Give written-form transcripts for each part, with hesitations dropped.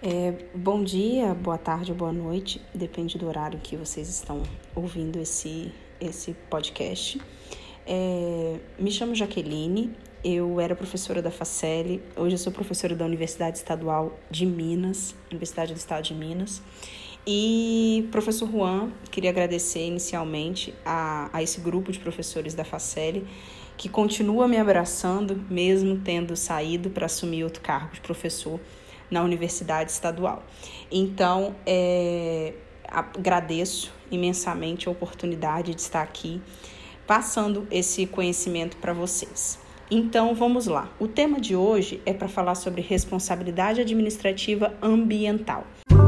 Bom dia, boa tarde ou boa noite, depende do horário que vocês estão ouvindo esse podcast. Me chamo Jaqueline, eu era professora da Faceli, hoje eu sou professora da Universidade Estadual de Minas, Universidade do Estado de Minas. E professor Juan, queria agradecer inicialmente a esse grupo de professores da Faceli, que continua me abraçando, mesmo tendo saído para assumir outro cargo de professor na Universidade Estadual. Então, agradeço imensamente a oportunidade de estar aqui, passando esse conhecimento para vocês. Então, vamos lá. O tema de hoje é para falar sobre responsabilidade administrativa ambiental.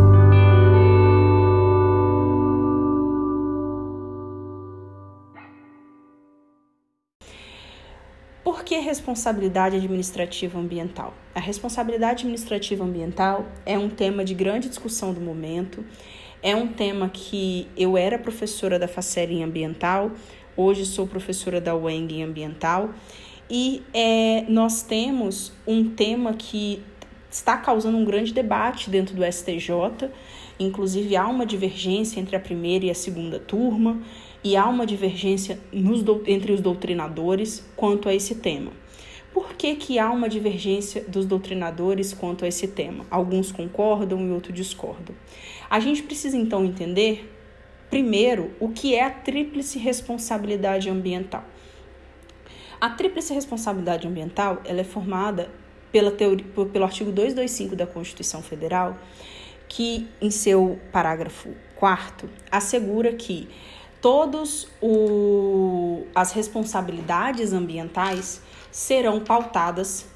Por que responsabilidade administrativa ambiental? A responsabilidade administrativa ambiental é um tema de grande discussão do momento, é um tema que eu era professora da Faceli em ambiental, hoje sou professora da UENG em ambiental, e nós temos um tema que está causando um grande debate dentro do STJ, inclusive há uma divergência entre a primeira e a segunda turma, e há uma divergência entre os doutrinadores quanto a esse tema. Por que há uma divergência dos doutrinadores quanto a esse tema? Alguns concordam e outros discordam. A gente precisa, então, entender, primeiro, o que é a tríplice responsabilidade ambiental. A tríplice responsabilidade ambiental ela é formada pelo artigo 225 da Constituição Federal, que, em seu parágrafo 4º, assegura que todas as responsabilidades ambientais serão pautadas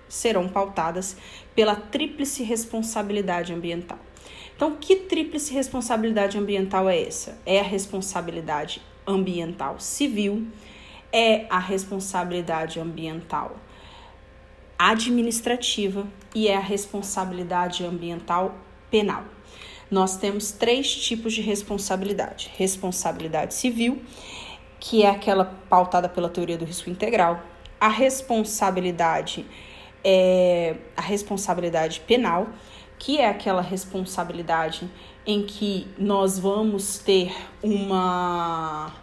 pela tríplice responsabilidade ambiental. Então, que tríplice responsabilidade ambiental é essa? É a responsabilidade ambiental civil, é a responsabilidade ambiental administrativa e é a responsabilidade ambiental penal. Nós temos 3 tipos de responsabilidade. Responsabilidade civil, que é aquela pautada pela teoria do risco integral. A responsabilidade penal, que é aquela responsabilidade em que nós vamos ter uma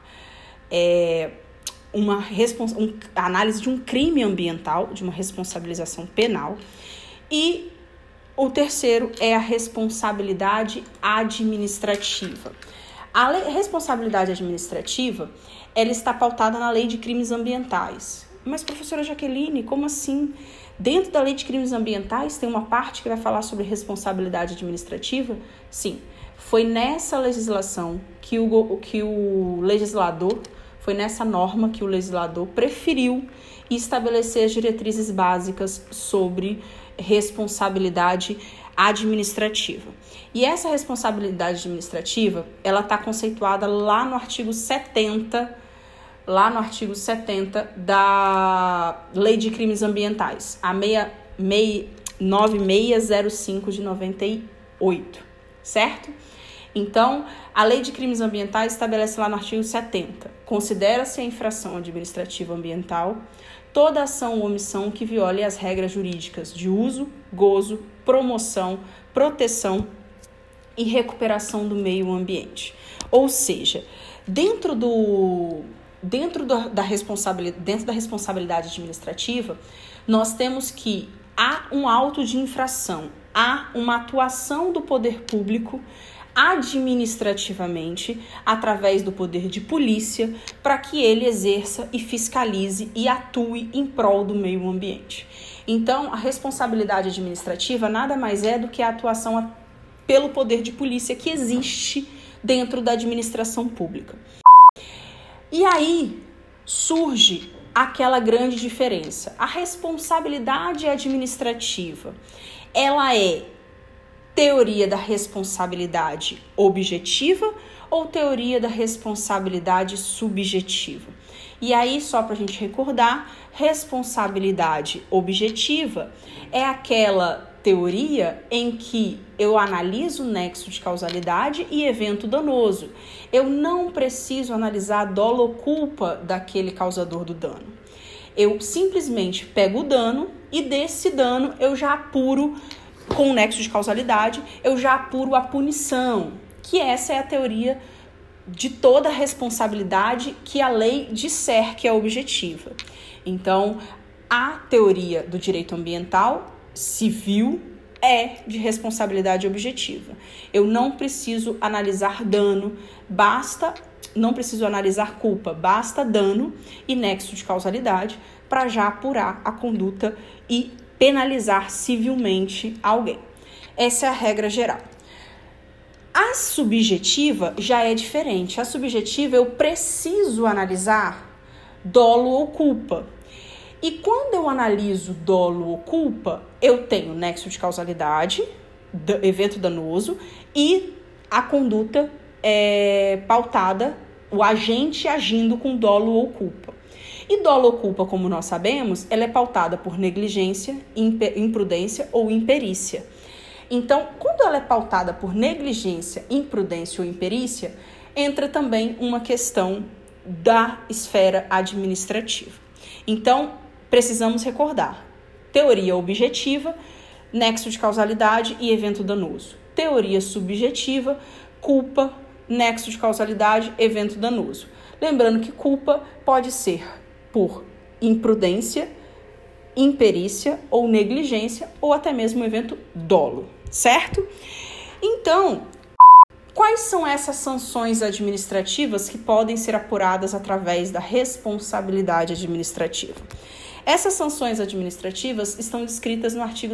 análise de um crime ambiental, de uma responsabilização penal. E o terceiro é a responsabilidade administrativa. A responsabilidade administrativa, ela está pautada na Lei de Crimes Ambientais. Mas, professora Jaqueline, como assim? Dentro da Lei de Crimes Ambientais tem uma parte que vai falar sobre responsabilidade administrativa? Sim, foi nessa legislação que o legislador, foi nessa norma que o legislador preferiu estabelecer as diretrizes básicas sobre responsabilidade administrativa. E essa responsabilidade administrativa, ela está conceituada lá no artigo 70, da Lei de Crimes Ambientais, a 9605 de 98, certo? Então, a Lei de Crimes Ambientais estabelece lá no artigo 70, considera-se a infração administrativa ambiental toda ação ou omissão que viole as regras jurídicas de uso, gozo, promoção, proteção e recuperação do meio ambiente. Ou seja, dentro da responsabilidade administrativa, nós temos que há um auto de infração, há uma atuação do poder público administrativamente, através do poder de polícia, para que ele exerça e fiscalize e atue em prol do meio ambiente. Então, a responsabilidade administrativa nada mais é do que a atuação pelo poder de polícia que existe dentro da administração pública. E aí surge aquela grande diferença. A responsabilidade administrativa, ela é teoria da responsabilidade objetiva ou teoria da responsabilidade subjetiva? E aí, só para a gente recordar, responsabilidade objetiva é aquela teoria em que eu analiso o nexo de causalidade e evento danoso. Eu não preciso analisar a dolo ou culpa daquele causador do dano. Eu simplesmente pego o dano e desse dano eu já apuro com o nexo de causalidade, eu já apuro a punição, que essa é a teoria de toda a responsabilidade que a lei disser que é objetiva. Então, a teoria do direito ambiental civil é de responsabilidade objetiva. Eu não preciso analisar dano, não preciso analisar culpa, basta dano e nexo de causalidade para já apurar a conduta e penalizar civilmente alguém. Essa é a regra geral. A subjetiva já é diferente. A subjetiva eu preciso analisar dolo ou culpa. E quando eu analiso dolo ou culpa, eu tenho nexo de causalidade, evento danoso, e a conduta pautada, o agente agindo com dolo ou culpa. E dolo ou culpa, como nós sabemos, ela é pautada por negligência, imprudência ou imperícia. Então, quando ela é pautada por negligência, imprudência ou imperícia, entra também uma questão da esfera administrativa. Então, precisamos recordar: teoria objetiva, nexo de causalidade e evento danoso. Teoria subjetiva, culpa, nexo de causalidade, evento danoso. Lembrando que culpa pode ser por imprudência, imperícia ou negligência, ou até mesmo evento dolo, certo? Então, quais são essas sanções administrativas que podem ser apuradas através da responsabilidade administrativa? Essas sanções administrativas estão descritas no artigo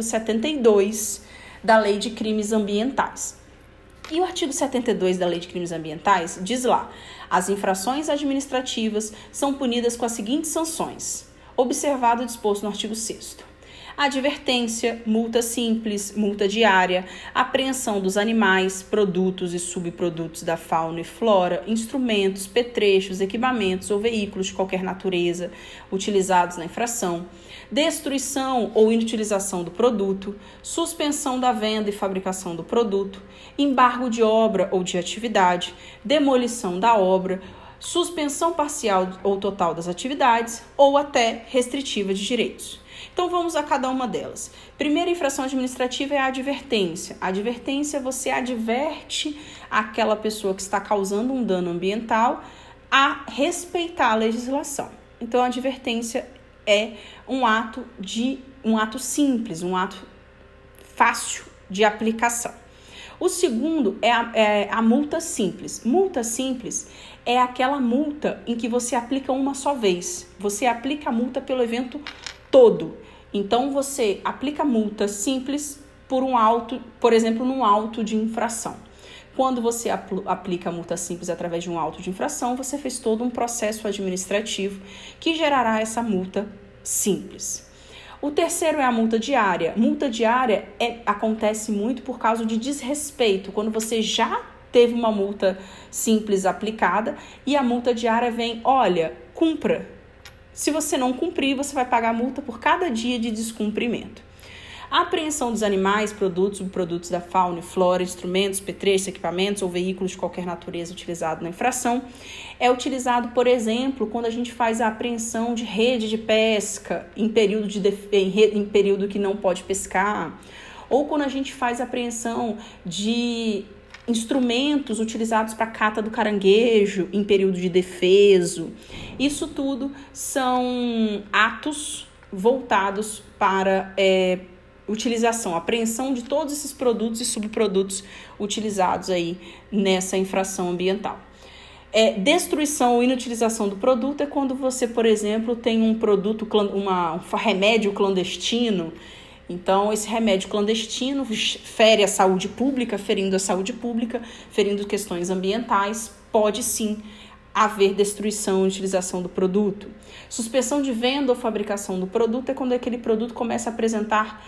72 da Lei de Crimes Ambientais. E o artigo 72 da Lei de Crimes Ambientais diz lá: as infrações administrativas são punidas com as seguintes sanções, observado o disposto no artigo 6º. Advertência, multa simples, multa diária, apreensão dos animais, produtos e subprodutos da fauna e flora, instrumentos, petrechos, equipamentos ou veículos de qualquer natureza utilizados na infração, destruição ou inutilização do produto, suspensão da venda e fabricação do produto, embargo de obra ou de atividade, demolição da obra, suspensão parcial ou total das atividades ou até restritiva de direitos. Então, vamos a cada uma delas. Primeira infração administrativa é a advertência. A advertência, você adverte aquela pessoa que está causando um dano ambiental a respeitar a legislação. Então, a advertência é um ato simples, um ato fácil de aplicação. O segundo é a multa simples. Multa simples é aquela multa em que você aplica uma só vez. Você aplica a multa pelo evento todo. Então, você aplica multa simples por exemplo, num auto de infração. Quando você aplica a multa simples através de um auto de infração, você fez todo um processo administrativo que gerará essa multa simples. O terceiro é a multa diária. Multa diária acontece muito por causa de desrespeito, quando você já teve uma multa simples aplicada e a multa diária vem: olha, cumpra. Se você não cumprir, você vai pagar multa por cada dia de descumprimento. A apreensão dos animais, produtos, subprodutos da fauna e flora, instrumentos, petrechos, equipamentos ou veículos de qualquer natureza utilizado na infração é utilizado, por exemplo, quando a gente faz a apreensão de rede de pesca em período que não pode pescar, ou quando a gente faz a apreensão de instrumentos utilizados para cata do caranguejo em período de defeso. Isso tudo são atos voltados para utilização, apreensão de todos esses produtos e subprodutos utilizados aí nessa infração ambiental. Destruição ou inutilização do produto é quando você, por exemplo, tem um produto, um remédio clandestino. Então, esse remédio clandestino fere a saúde pública, ferindo questões ambientais, pode sim haver destruição e utilização do produto. Suspensão de venda ou fabricação do produto é quando aquele produto começa a apresentar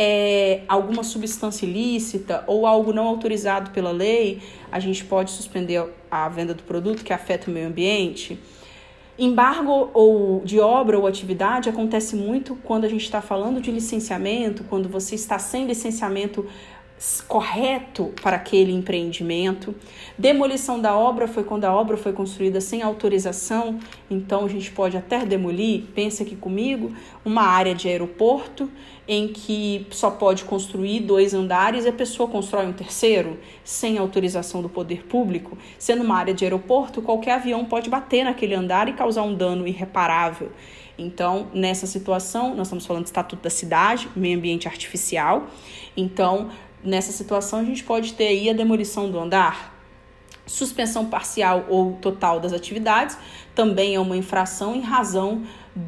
alguma substância ilícita ou algo não autorizado pela lei. A gente pode suspender a venda do produto que afeta o meio ambiente. Embargo de obra ou atividade acontece muito quando a gente está falando de licenciamento, quando você está sem licenciamento correto para aquele empreendimento. Demolição da obra foi quando a obra foi construída sem autorização, então a gente pode até demolir. Pensa aqui comigo, uma área de aeroporto em que só pode construir 2 andares e a pessoa constrói um terceiro sem autorização do poder público. Sendo uma área de aeroporto, qualquer avião pode bater naquele andar e causar um dano irreparável. Então, nessa situação, nós estamos falando do Estatuto da Cidade, meio ambiente artificial. Então, nessa situação, a gente pode ter aí a demolição do andar. Suspensão parcial ou total das atividades também é uma infração em razão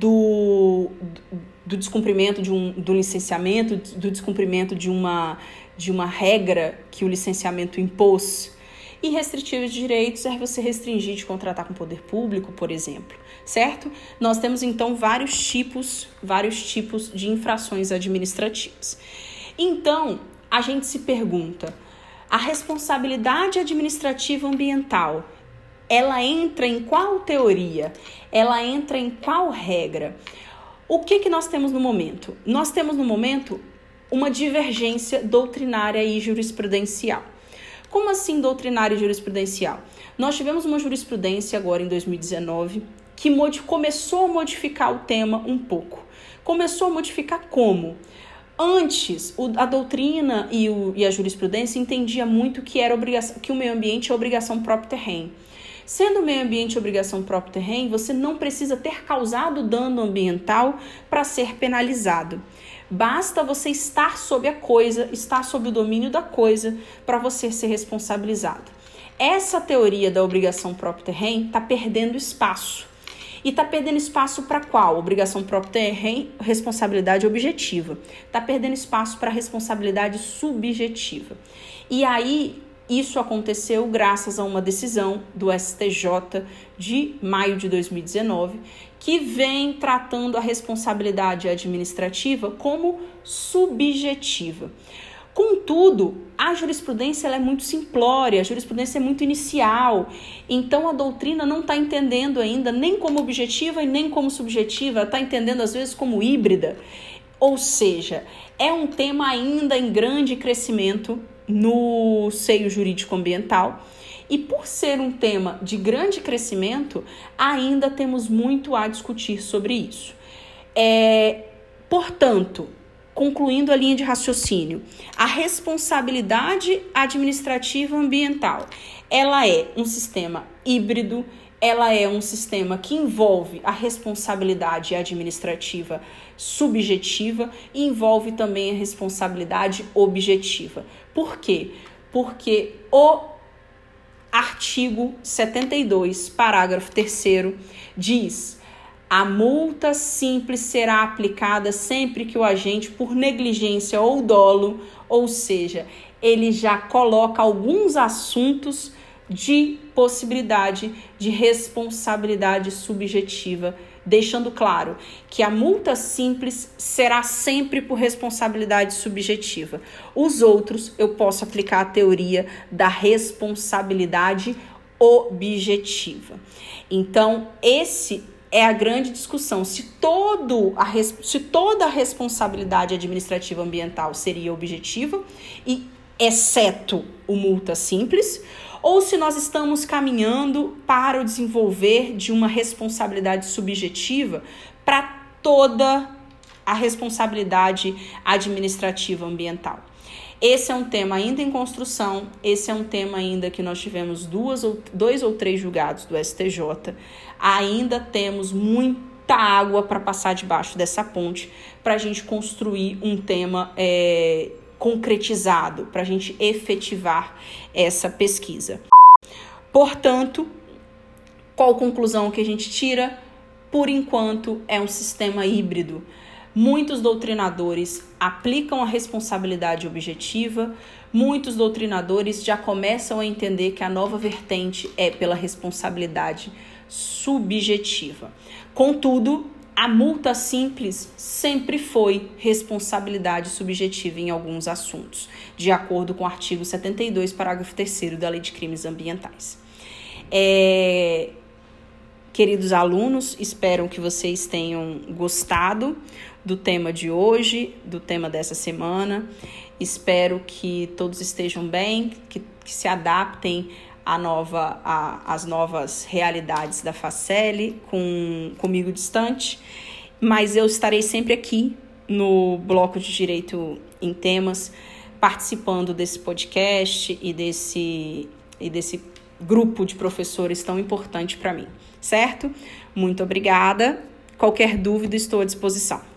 do descumprimento do licenciamento, do descumprimento de uma regra que o licenciamento impôs. E restritivos de direitos é você restringir de contratar com o poder público, por exemplo, certo? Nós temos, então, vários tipos de infrações administrativas. Então, a gente se pergunta, a responsabilidade administrativa ambiental, ela entra em qual teoria? Ela entra em qual regra? O que nós temos no momento? Nós temos no momento uma divergência doutrinária e jurisprudencial. Como assim doutrinária e jurisprudencial? Nós tivemos uma jurisprudência agora em 2019 que começou a modificar o tema um pouco. Começou a modificar como? Antes, a doutrina e a jurisprudência entendia muito que o meio ambiente é obrigação próprio terreno. Sendo o meio ambiente obrigação próprio terreno, você não precisa ter causado dano ambiental para ser penalizado. Basta você estar sob a coisa, estar sob o domínio da coisa para você ser responsabilizado. Essa teoria da obrigação próprio terreno está perdendo espaço. E está perdendo espaço para qual? Obrigação próprio terreno, responsabilidade objetiva. Está perdendo espaço para responsabilidade subjetiva. E aí, isso aconteceu graças a uma decisão do STJ de maio de 2019, que vem tratando a responsabilidade administrativa como subjetiva. Contudo, a jurisprudência ela é muito simplória, a jurisprudência é muito inicial, então a doutrina não está entendendo ainda nem como objetiva e nem como subjetiva, está entendendo às vezes como híbrida, ou seja, é um tema ainda em grande crescimento no seio jurídico ambiental e por ser um tema de grande crescimento, ainda temos muito a discutir sobre isso. Portanto, concluindo a linha de raciocínio, a responsabilidade administrativa ambiental, ela é um sistema híbrido, ela é um sistema que envolve a responsabilidade administrativa subjetiva e envolve também a responsabilidade objetiva. Por quê? Porque o artigo 72, parágrafo 3º, diz: a multa simples será aplicada sempre que o agente, por negligência ou dolo, ou seja, ele já coloca alguns assuntos de possibilidade de responsabilidade subjetiva, deixando claro que a multa simples será sempre por responsabilidade subjetiva. Os outros, eu posso aplicar a teoria da responsabilidade objetiva. Então, esse é a grande discussão, se toda a responsabilidade administrativa ambiental seria objetiva, e exceto o multa simples, ou se nós estamos caminhando para o desenvolver de uma responsabilidade subjetiva para toda a responsabilidade administrativa ambiental. Esse é um tema ainda em construção, esse é um tema ainda que nós tivemos 2 ou 3 julgados do STJ, ainda temos muita água para passar debaixo dessa ponte para a gente construir um tema concretizado, para a gente efetivar essa pesquisa. Portanto, qual conclusão que a gente tira? Por enquanto, é um sistema híbrido. Muitos doutrinadores aplicam a responsabilidade objetiva, muitos doutrinadores já começam a entender que a nova vertente é pela responsabilidade subjetiva. Contudo, a multa simples sempre foi responsabilidade subjetiva em alguns assuntos, de acordo com o artigo 72, parágrafo 3º da Lei de Crimes Ambientais. Queridos alunos, espero que vocês tenham gostado do tema de hoje, do tema dessa semana. Espero que todos estejam bem, que se adaptem às novas realidades da Faceli, comigo distante, mas eu estarei sempre aqui no Bloco de Direito em Temas, participando desse podcast e desse grupo de professores tão importante para mim, certo? Muito obrigada. Qualquer dúvida, estou à disposição.